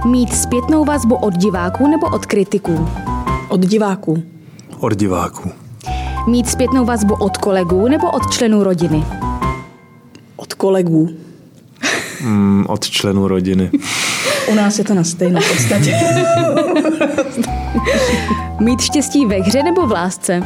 Mít zpětnou vazbu od diváků nebo od kritiků? Od diváků. Od diváků. Mít zpětnou vazbu od kolegů nebo od členů rodiny? Od kolegů. Od členů rodiny. U nás je to na stejno v podstatě. Mít štěstí ve hře nebo v lásce?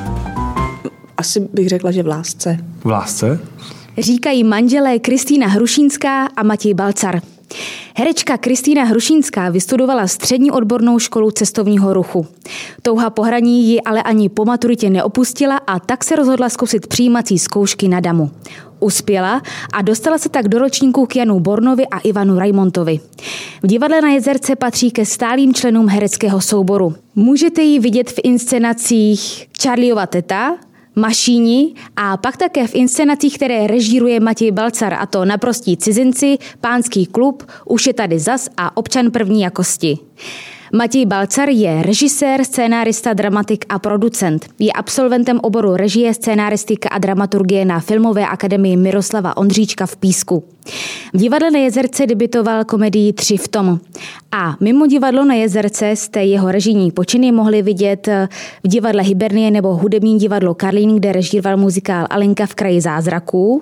Asi bych řekla, že v lásce. V lásce? Říkají manželé Kristýna Hrušínská a Matěj Balcar. Herečka Kristýna Hrušínská vystudovala střední odbornou školu cestovního ruchu. Touha po hraní ji ale ani po maturitě neopustila a tak se rozhodla zkusit přijímací zkoušky na DAMu. Uspěla a dostala se tak do ročníků k Janu Bornovi a Ivanu Raimontovi. V Divadle na Jezerce patří ke stálým členům hereckého souboru. Můžete ji vidět v inscenacích Charliova teta, Mašíni a pak také v inscenacích, které režíruje Matěj Balcar, a to Naprostí cizinci, Pánský klub, Už je tady zas a Občan první jakosti. Matěj Balcar je režisér, scénárista, dramatik a producent. Je absolventem oboru režie, scénáristika a dramaturgie na Filmové akademii Miroslava Ondříčka v Písku. V Divadle na Jezerce debutoval komedii 3 v tom. A mimo Divadlo na Jezerce jste jeho režijní počiny mohli vidět v Divadle Hybernie nebo Hudební divadlo Karlín, kde režíroval muzikál Alenka v kraji zázraků.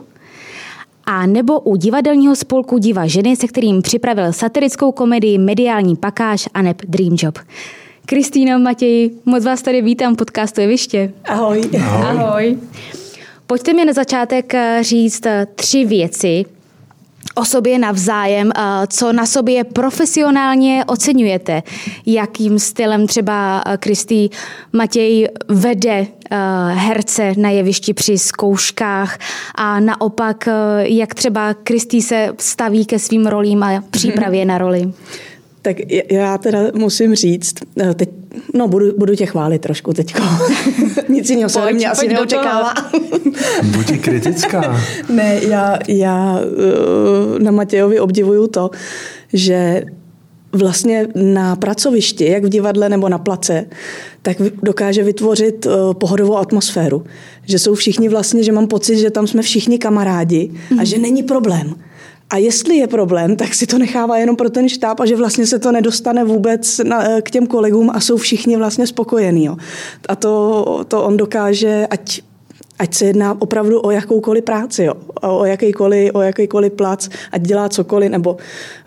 A nebo u divadelního spolku Diva ženy, se kterým připravil satirickou komedii Mediální pakáž a neb Dream Job. Kristýno, Matěj, moc vás tady vítám v podcastu Jeviště. Ahoj. Ahoj. Pojďte mi na začátek říct 3 věci o sobě navzájem, co na sobě profesionálně oceňujete. Jakým stylem třeba Kristý Matěj vede herce na jevišti při zkouškách a naopak, jak třeba Kristý se staví ke svým rolím a přípravě na roli. Tak já teda musím říct, teď, budu tě chválit trošku teďko. Nic jiného se mě asi neočekává. Buď kritická. Ne, já na Matějovi obdivuju to, že vlastně na pracovišti, jak v divadle nebo na place, tak dokáže vytvořit pohodovou atmosféru. Že jsou všichni vlastně, že mám pocit, že tam jsme všichni kamarádi a že není problém. A jestli je problém, tak si to nechává jenom pro ten štáb a že vlastně se to nedostane vůbec k těm kolegům a jsou všichni vlastně spokojení. Jo. A to on dokáže, ať se jedná opravdu o jakoukoliv práci, jo. O jakýkoliv plac, ať dělá cokoliv nebo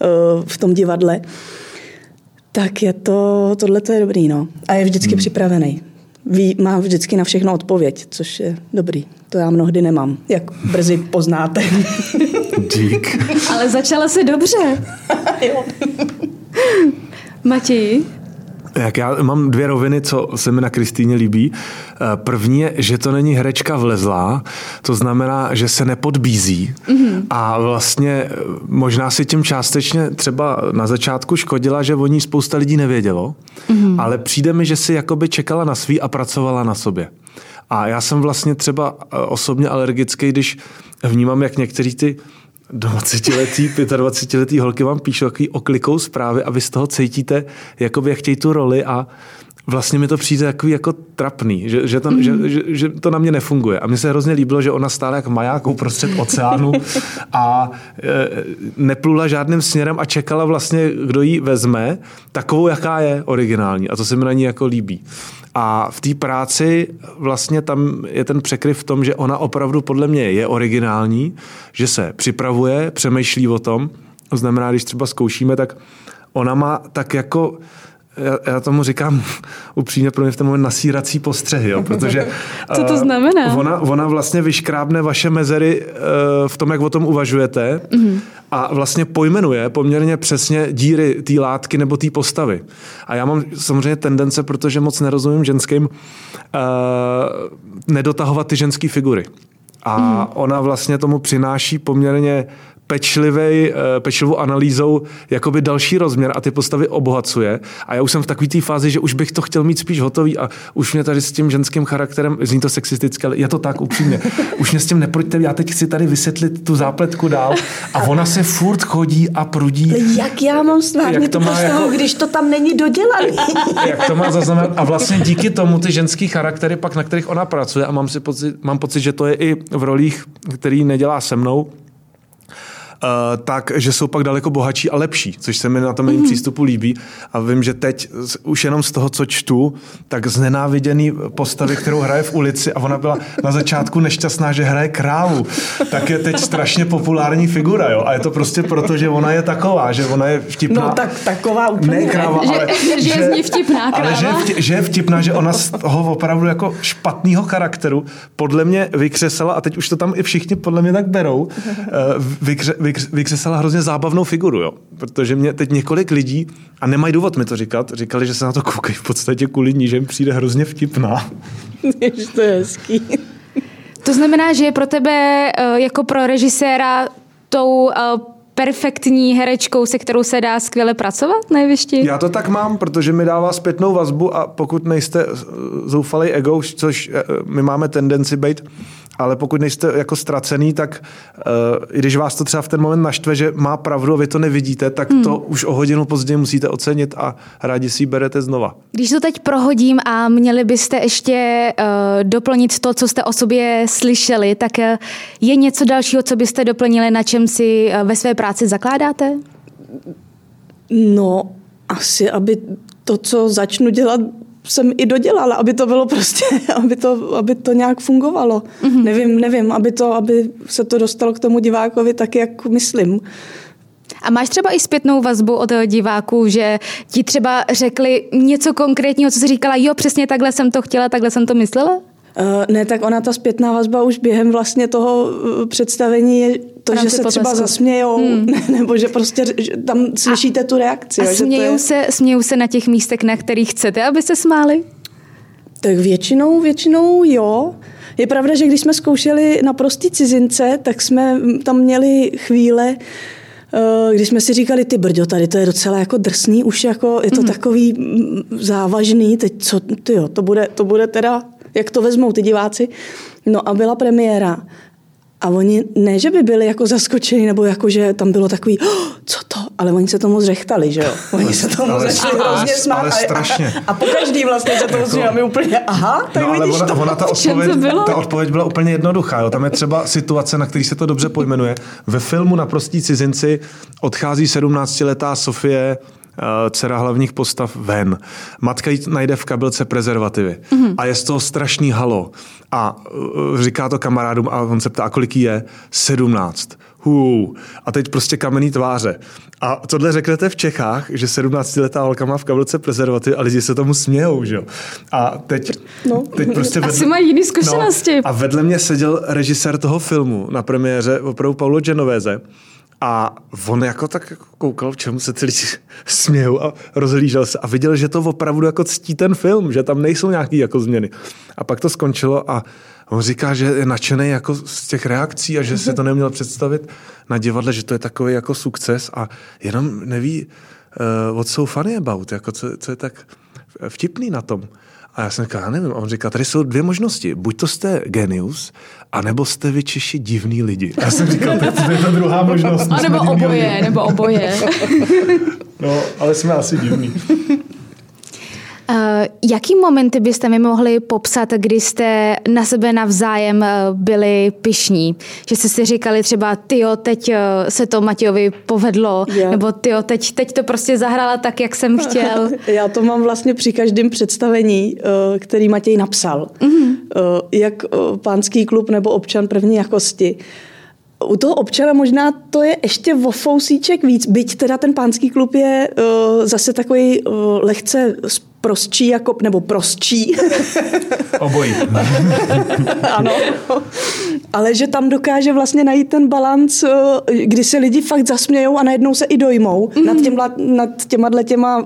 v tom divadle, tak je tohle je dobrý. No. A je vždycky připravený. Má vždycky na všechno odpověď, což je dobrý. To já mnohdy nemám, jak brzy poznáte. Dík. Ale začala se dobře. Jo. Matěj? Jak já mám 2 roviny, co se mi na Kristýně líbí. První je, že to není herečka vlezlá, to znamená, že se nepodbízí a vlastně možná si tím částečně třeba na začátku škodila, že o ní spousta lidí nevědělo, ale přijde mi, že si jakoby čekala na svý a pracovala na sobě. A já jsem vlastně třeba osobně alergický, když vnímám, jak někteří ty 20letý, 25letý holky vám píšou takový oklikou zprávy a vy z toho cítíte, jakoby jak chtějí tu roli a vlastně mi to přijde takový jako trapný, že to na mě nefunguje. A mně se hrozně líbilo, že ona stála jak maják uprostřed oceánu a neplula žádným směrem a čekala vlastně, kdo ji vezme, takovou, jaká je originální. A to se mi na ní jako líbí. A v té práci vlastně tam je ten překryv v tom, že ona opravdu podle mě je originální, že se připravuje, přemýšlí o tom. To znamená, když třeba zkoušíme, tak ona má tak jako, já tomu říkám upřímně pro mě v ten moment nasírací postřehy, jo, protože co to znamená? Ona vlastně vyškrábne vaše mezery v tom, jak o tom uvažujete a vlastně pojmenuje poměrně přesně díry té látky nebo té postavy. A já mám samozřejmě tendence, protože moc nerozumím ženským, nedotahovat ty ženské figury. A ona vlastně tomu přináší poměrně pečlivou analýzou jakoby další rozměr a ty postavy obohacuje. A já už jsem v takové té fázi, že už bych to chtěl mít spíš hotový a už mě tady s tím ženským charakterem, zní to sexisticky, ale je to tak upřímně. Už mě s tím nepojďte, já teď chci tady vysvětlit tu zápletku dál a ona se furt chodí a prudí. Jak já mám stvárnit tu postavu, když to tam není dodělaný? Jak to má zaznamenat? A vlastně díky tomu ty ženský charaktery pak, na kterých ona pracuje a mám pocit, že to je i v rolích, který nedělá se mnou, tak, že jsou pak daleko bohatší a lepší, což se mi na tom jejím přístupu líbí. A vím, že teď už jenom z toho, co čtu, tak znenáviděný postavy, kterou hraje v ulici a ona byla na začátku nešťastná, že hraje krávu, tak je teď strašně populární figura, jo. A je to prostě proto, že ona je taková, že ona je vtipná. No tak taková úplně. Ne kráva, ale že je z ní vtipná kráva. Ale že je vtipná, že ona z toho opravdu jako špatného charakteru podle mě vykřesala, a teď už to tam i všichni podle mě tak berou, vykřesala hrozně zábavnou figuru, jo. Protože mě teď několik lidí, a nemají důvod mi to říkat, říkali, že se na to koukají v podstatě kvůli ní, že jim přijde hrozně vtipná. To je hezký. To znamená, že je pro tebe jako pro režiséra tou perfektní herečkou, se kterou se dá skvěle pracovat na jevišti? Já to tak mám, protože mi dává zpětnou vazbu a pokud nejste zoufalej ego, což my máme tendenci být, ale pokud nejste jako ztracený, tak i když vás to třeba v ten moment naštve, že má pravdu a vy to nevidíte, tak to už o hodinu později musíte ocenit a rádi si ji berete znova. Když to teď prohodím a měli byste ještě doplnit to, co jste o sobě slyšeli, tak je něco dalšího, co byste doplnili, na čem si ve své práci zakládáte? No, asi, aby to, co začnu dělat, jsem i dodělala, aby to bylo prostě, aby to nějak fungovalo. Nevím, aby se to dostalo k tomu divákovi tak, jak myslím. A máš třeba i zpětnou vazbu od diváků, že ti třeba řekli něco konkrétního, co jsi říkala, jo, přesně takhle jsem to chtěla, takhle jsem to myslela? Ne, tak ona ta zpětná vazba už během vlastně toho představení je to, že se třeba zasmějou, nebo že prostě že tam slyšíte tu reakci. A smějou se na těch místech, na kterých chcete, aby se smáli? Tak většinou jo. Je pravda, že když jsme zkoušeli na Prostý cizince, tak jsme tam měli chvíle, když jsme si říkali, ty brďo, tady to je docela jako drsný, už jako je to takový závažný, teď co, tyjo, to bude teda, jak to vezmou ty diváci. No a byla premiéra. A oni, ne, že by byli jako zaskočeni, nebo jako, že tam bylo takový, co to? Ale oni se tomu zřechtali, že jo? Oni se tomu začali hrozně smát. A pokaždý vlastně se tomu smíme úplně, aha, tak no, vidíš ale ta odpověď byla úplně jednoduchá. Jo? Tam je třeba situace, na který se to dobře pojmenuje. Ve filmu Na Prostí cizinci odchází 17letá Sofie, dcera hlavních postav, ven. Matka jí najde v kabelce prezervativy. A je z toho strašný halo. A říká to kamarádům a on se ptá, a kolik jí je? 17. A teď prostě kamenný tváře. A tohle řeknete v Čechách, že 17letá holka má v kabelce prezervativy a lidi se tomu smějou, že jo? A teď prostě asi mají jiný zkušenosti. No, a vedle mě seděl režisér toho filmu na premiéře, opravdu Paulo Genovese. A on jako tak koukal, v čemu se ty lidi smějou a rozhlížel se a viděl, že to opravdu jako ctí ten film, že tam nejsou nějaký jako změny. A pak to skončilo a on říká, že je nadšený jako z těch reakcí a že si to neměl představit na divadle, že to je takový jako sukces a jenom neví, what so funny about, jako co je tak vtipný na tom. A já jsem říkal, já nevím. A on říká, tady jsou dvě možnosti. Buď to jste genius, anebo jste vy Češi divný lidi. A já jsem říkal, to je ta druhá možnost. A nebo oboje. No, ale jsme asi divní. Jaký momenty byste mi mohli popsat, kdy jste na sebe navzájem byli pyšní? Že jste si říkali třeba, tyjo, teď se to Matějovi povedlo, nebo tyjo, teď to prostě zahrála tak, jak jsem chtěl. Já to mám vlastně při každém představení, který Matěj napsal. Jak Pánský klub nebo Občan první jakosti. U toho Občana možná to je ještě o fousíček víc, byť teda ten Pánský klub je zase takový lehce prostší, nebo prostší. Obojí. Ano. Ale že tam dokáže vlastně najít ten balanc, kdy se lidi fakt zasmějou a najednou se i dojmou nad těma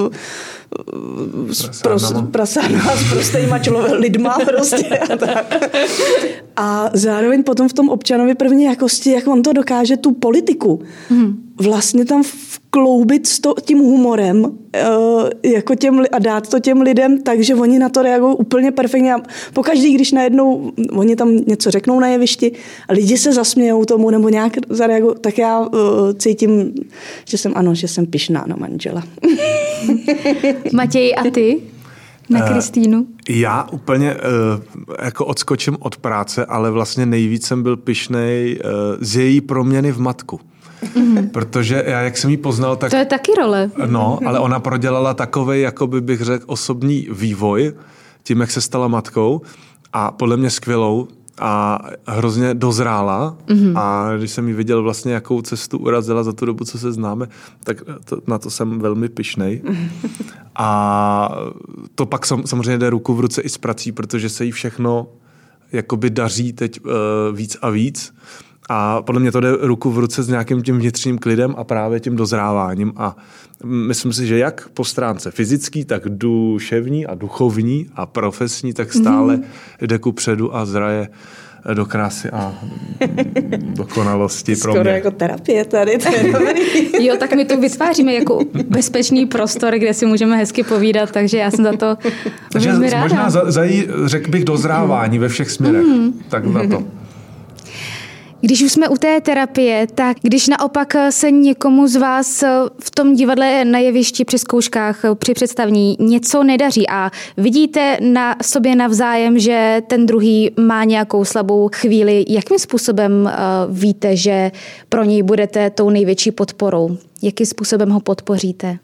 prasánama s prostejma lidma prostě a tak. A zároveň potom v tom Občanovi první jakosti, jak on to dokáže tu politiku vlastně tam vkloubit s tím humorem jako a dát to těm lidem, takže oni na to reagují úplně perfektně. A pokaždý, když najednou oni tam něco řeknou na jevišti a lidi se zasmějou tomu nebo nějak zareagují, tak já cítím, že jsem pyšná na manžela. Matěj, a ty? Na Kristýnu? Já úplně jako odskočím od práce, ale vlastně nejvíc jsem byl pyšnej z její proměny v matku. Protože já, jak jsem ji poznal, tak... To je taky role. No, ale ona prodělala takovej, jakoby bych řekl, osobní vývoj tím, jak se stala matkou a podle mě skvělou a hrozně dozrála a když jsem ji viděl vlastně, jakou cestu urazila za tu dobu, co se známe, tak na to jsem velmi pyšnej. A to pak samozřejmě jde ruku v ruce i s prací, protože se jí všechno jakoby daří teď víc a víc. A podle mě to jde ruku v ruce s nějakým tím vnitřním klidem a právě tím dozráváním. A myslím si, že jak po stránce fyzický, tak duševní a duchovní a profesní, tak stále jde ku předu a zraje do krásy a dokonalosti pro mě. Skoro jako terapie tady, to je dobrý. Jo, tak my to vytváříme jako bezpečný prostor, kde si můžeme hezky povídat, takže já jsem za to velmi ráda. Možná řekl bych dozrávání ve všech směrech. Tak na to. Když už jsme u té terapie, tak když naopak se někomu z vás v tom divadle na jevišti při zkouškách, při představení něco nedaří a vidíte na sobě navzájem, že ten druhý má nějakou slabou chvíli, jakým způsobem víte, že pro něj budete tou největší podporou? Jakým způsobem ho podpoříte?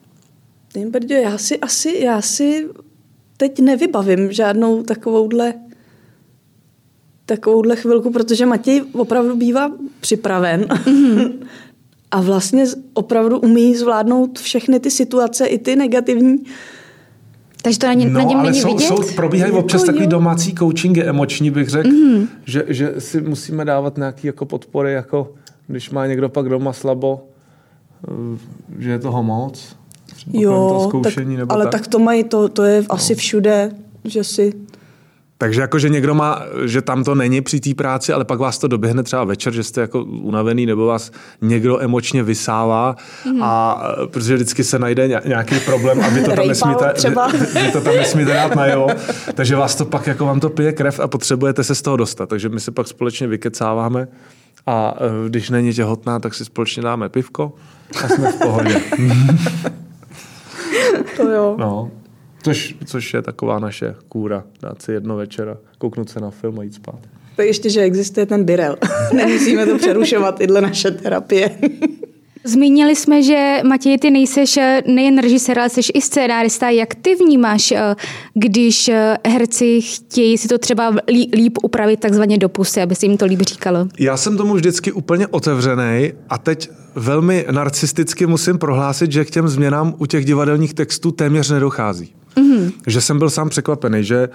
Já si teď nevybavím žádnou takovouhle chvilku, protože Matěj opravdu bývá připraven a vlastně opravdu umí zvládnout všechny ty situace, i ty negativní. Takže to na něm není vidět? Probíhají občas takový domácí coachingy emoční, bych řekl, že si musíme dávat nějaký jako podpory, jako když má někdo pak doma slabo, že je toho moc. Jo, ale tak to mají, to je asi všude, že si... Takže jako, že někdo má, že tam to není při té práci, ale pak vás to doběhne třeba večer, že jste jako unavený, nebo vás někdo emočně vysává a protože vždycky se najde nějaký problém a vy to tam nesmíte dát najevo. Takže vás to pak, jako vám to pije krev a potřebujete se z toho dostat. Takže my se pak společně vykecáváme a když není těhotná, tak si společně dáme pivko a jsme v pohodě. To jo. No. Což je taková naše kůra, dát si jedno večera, kouknout se na film a jít spát. Tak ještě, že existuje ten Birel. Nemusíme to přerušovat, tyhle naše terapie. Zmínili jsme, že Matěj, ty nejseš nejen režisér, ale jsi i scénárista. Jak ty vnímáš, když herci chtějí si to třeba líp upravit takzvaně do pusy, aby se jim to líp říkalo? Já jsem tomu vždycky úplně otevřenej a teď velmi narcisticky musím prohlásit, že k těm změnám u těch divadelních textů téměř nedochází. Že jsem byl sám překvapený, že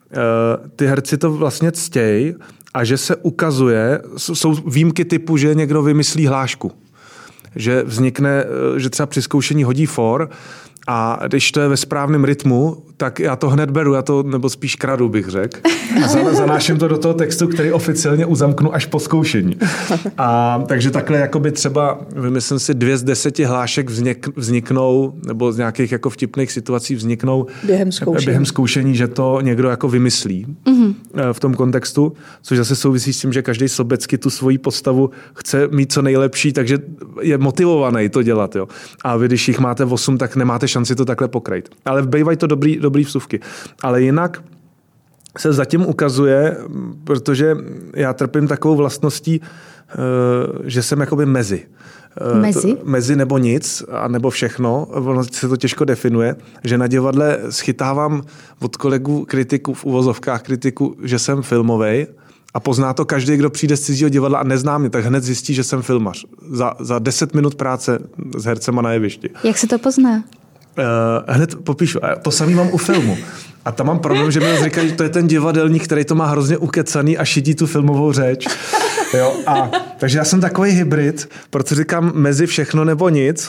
ty herci to vlastně ctějí a že se ukazuje, jsou výjimky typu, že někdo vymyslí hlášku. Že vznikne, že třeba při zkoušení hodí for a když to je ve správném rytmu, tak já to hned beru, nebo spíš kradu, bych řekl. A zanáším to do toho textu, který oficiálně uzamknu až po zkoušení. A takže takhle jakoby třeba, vymyslím si, 2 z 10 hlášek vzniknou, nebo z nějakých jako vtipných situací vzniknou během zkoušení, že to někdo jako vymyslí v tom kontextu, což zase souvisí s tím, že každý sobecky tu svoji postavu chce mít co nejlepší, takže je motivovaný to dělat. Jo. A vy, když jich máte 8, tak nemáte šanci to takhle pokrýt. Ale bývají to dobrý vsuvky. Ale jinak se zatím ukazuje, protože já trpím takovou vlastností, že jsem jakoby mezi. Mezi nebo nic, a nebo všechno. Ono se to těžko definuje, že na divadle schytávám od kolegů kritiku, v uvozovkách kritiku, že jsem filmovej, a pozná to každý, kdo přijde z cizího divadla a nezná mě, tak hned zjistí, že jsem filmař. Za 10 minut práce s hercema na jevišti. Jak se to pozná? Hned popíšu. A to samý mám u filmu. A tam mám problém, že mi říkají, že to je ten divadelník, který to má hrozně ukecaný a šidí tu filmovou řeč. Jo? Takže já jsem takový hybrid, protože říkám mezi všechno nebo nic.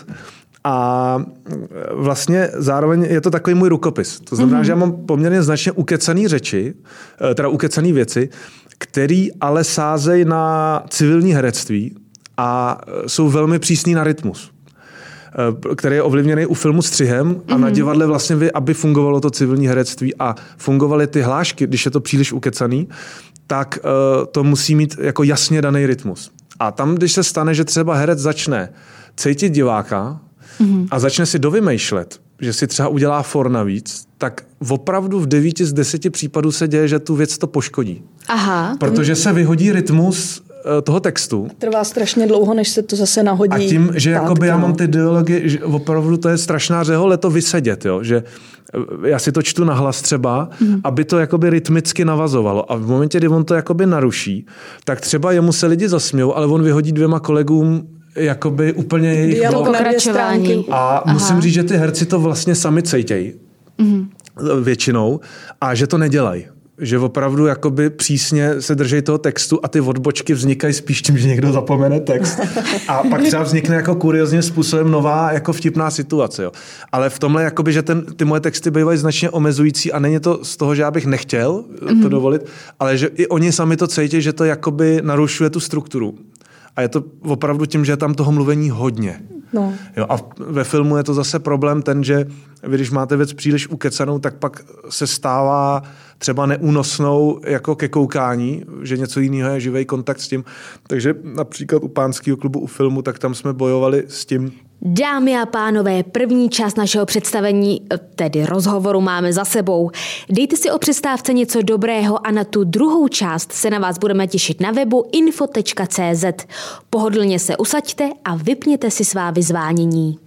A vlastně zároveň je to takový můj rukopis. To znamená, že já mám poměrně značně ukecaný řeči, teda ukecaný věci, který ale sázejí na civilní herectví a jsou velmi přísný na rytmus, který je ovlivněný u filmu střihem a na divadle vlastně, aby fungovalo to civilní herectví a fungovaly ty hlášky, když je to příliš ukecaný, tak to musí mít jako jasně daný rytmus. A tam, když se stane, že třeba herec začne cítit diváka a začne si dovymýšlet, že si třeba udělá for navíc, tak opravdu v 9 z 10 případů se děje, že tu věc to poškodí. Aha. Protože se vyhodí rytmus toho textu. Trvá strašně dlouho, než se to zase nahodí. A tím, že jakoby já mám ty dialogy, že opravdu to je strašná řehole to vysedět, jo? Že já si to čtu nahlas třeba, aby to jakoby rytmicky navazovalo. A v momentě, kdy on to jakoby naruší, tak třeba jemu se lidi zasmějou, ale on vyhodí 2 kolegům jakoby úplně jejich pokračování. A musím říct, že ty herci to vlastně sami cejtějí většinou a že to nedělají. Že opravdu jakoby přísně se drží toho textu a ty odbočky vznikají spíš tím, že někdo zapomene text. A pak třeba vznikne jako kuriózním způsobem nová jako vtipná situace. Jo. Ale v tomhle, jakoby, že ty moje texty bývají značně omezující a není to z toho, že já bych nechtěl to dovolit, ale že i oni sami to cítí, že to jakoby narušuje tu strukturu. A je to opravdu tím, že je tam toho mluvení hodně. No. Jo, a ve filmu je to zase problém ten, že vy, když máte věc příliš ukecanou, tak pak se stává třeba neúnosnou jako ke koukání, že něco jiného je živý kontakt s tím. Takže například u Pánského klubu u filmu, tak tam jsme bojovali s tím. Dámy a pánové, první část našeho představení, tedy rozhovoru, máme za sebou. Dejte si o přestávce něco dobrého a na tu druhou část se na vás budeme těšit na webu info.cz. Pohodlně se usaďte a vypněte si svá vyzvánění.